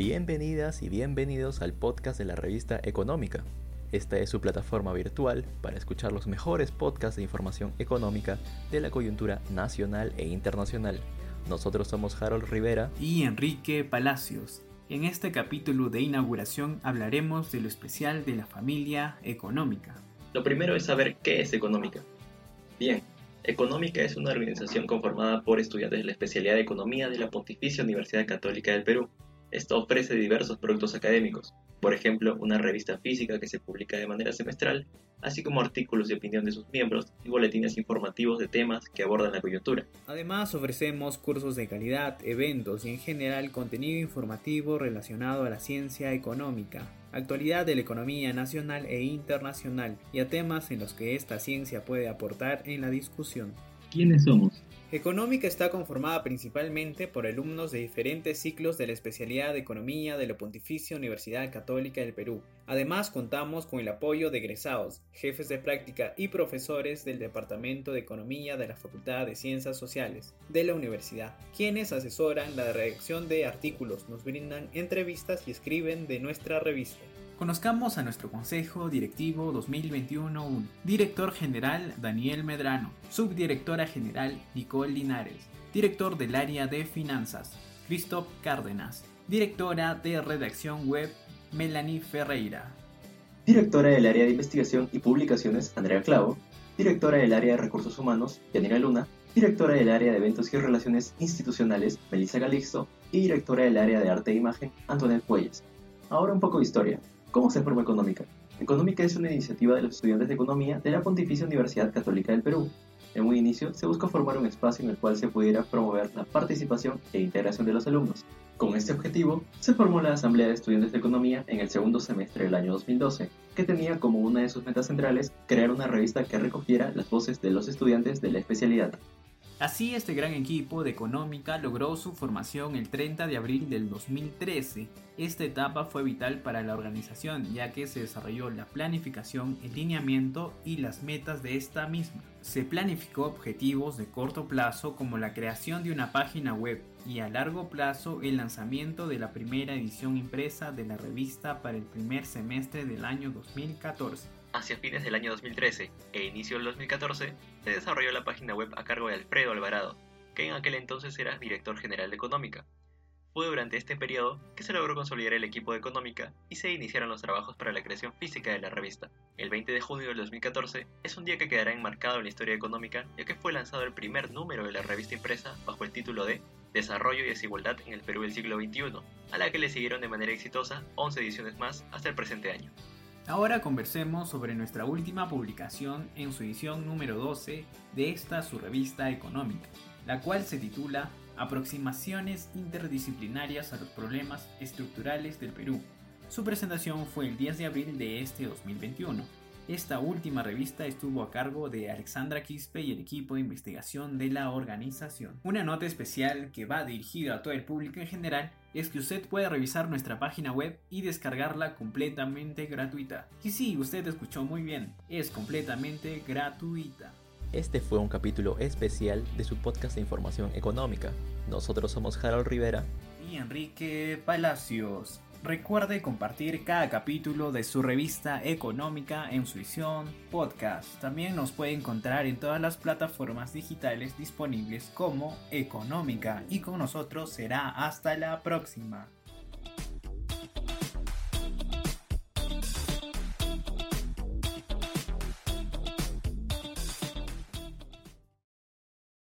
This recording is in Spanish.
Bienvenidas y bienvenidos al podcast de la revista Económica. Esta es su plataforma virtual para escuchar los mejores podcasts de información económica de la coyuntura nacional e internacional. Nosotros somos Harold Rivera y Enrique Palacios. En este capítulo de inauguración hablaremos de lo especial de la familia económica. Lo primero es saber qué es Económica. Bien, Económica es una organización conformada por estudiantes de la especialidad de Economía de la Pontificia Universidad Católica del Perú. Esta ofrece diversos productos académicos, por ejemplo, una revista física que se publica de manera semestral, así como artículos de opinión de sus miembros y boletines informativos de temas que abordan la coyuntura. Además, ofrecemos cursos de calidad, eventos y en general contenido informativo relacionado a la ciencia económica, actualidad de la economía nacional e internacional y a temas en los que esta ciencia puede aportar en la discusión. ¿Quiénes somos? Económica está conformada principalmente por alumnos de diferentes ciclos de la especialidad de Economía de la Pontificia Universidad Católica del Perú. Además, contamos con el apoyo de egresados, jefes de práctica y profesores del Departamento de Economía de la Facultad de Ciencias Sociales de la Universidad, quienes asesoran la redacción de artículos, nos brindan entrevistas y escriben de nuestra revista. Conozcamos a nuestro Consejo Directivo 2021-1. Director General Daniel Medrano. Subdirectora General Nicole Linares. Director del Área de Finanzas Christoph Cárdenas. Directora de Redacción Web Melanie Ferreira. Directora del Área de Investigación y Publicaciones Andrea Clavo. Directora del Área de Recursos Humanos Yanira Luna. Directora del Área de Eventos y Relaciones Institucionales Melissa Calixto. Y Directora del Área de Arte e Imagen Antonel Puelles. Ahora un poco de historia. ¿Cómo se formó Económica? Económica es una iniciativa de los estudiantes de Economía de la Pontificia Universidad Católica del Perú. En un inicio se buscó formar un espacio en el cual se pudiera promover la participación e integración de los alumnos. Con este objetivo, se formó la Asamblea de Estudiantes de Economía en el segundo semestre del año 2012, que tenía como una de sus metas centrales crear una revista que recogiera las voces de los estudiantes de la especialidad. Así, este gran equipo de Económica logró su formación el 30 de abril del 2013. Esta etapa fue vital para la organización, ya que se desarrolló la planificación, el lineamiento y las metas de esta misma. Se planificó objetivos de corto plazo como la creación de una página web y a largo plazo el lanzamiento de la primera edición impresa de la revista para el primer semestre del año 2014. Hacia fines del año 2013 e inicio del 2014, se desarrolló la página web a cargo de Alfredo Alvarado, que en aquel entonces era director general de Económica. Fue durante este periodo que se logró consolidar el equipo de Económica y se iniciaron los trabajos para la creación física de la revista. El 20 de junio del 2014 es un día que quedará enmarcado en la historia económica, ya que fue lanzado el primer número de la revista impresa bajo el título de Desarrollo y Desigualdad en el Perú del siglo XXI, a la que le siguieron de manera exitosa 11 ediciones más hasta el presente año. Ahora conversemos sobre nuestra última publicación en su edición número 12 de esta su revista económica, la cual se titula Aproximaciones interdisciplinarias a los problemas estructurales del Perú. Su presentación fue el 10 de abril de este 2021. Esta última revista estuvo a cargo de Alexandra Quispe y el equipo de investigación de la organización. Una nota especial que va dirigida a todo el público en general es que usted puede revisar nuestra página web y descargarla completamente gratuita. Y sí, usted escuchó muy bien, es completamente gratuita. Este fue un capítulo especial de su podcast de información económica. Nosotros somos Harold Rivera y Enrique Palacios. Recuerde compartir cada capítulo de su revista económica en su edición podcast. También nos puede encontrar en todas las plataformas digitales disponibles como Económica y con nosotros será hasta la próxima.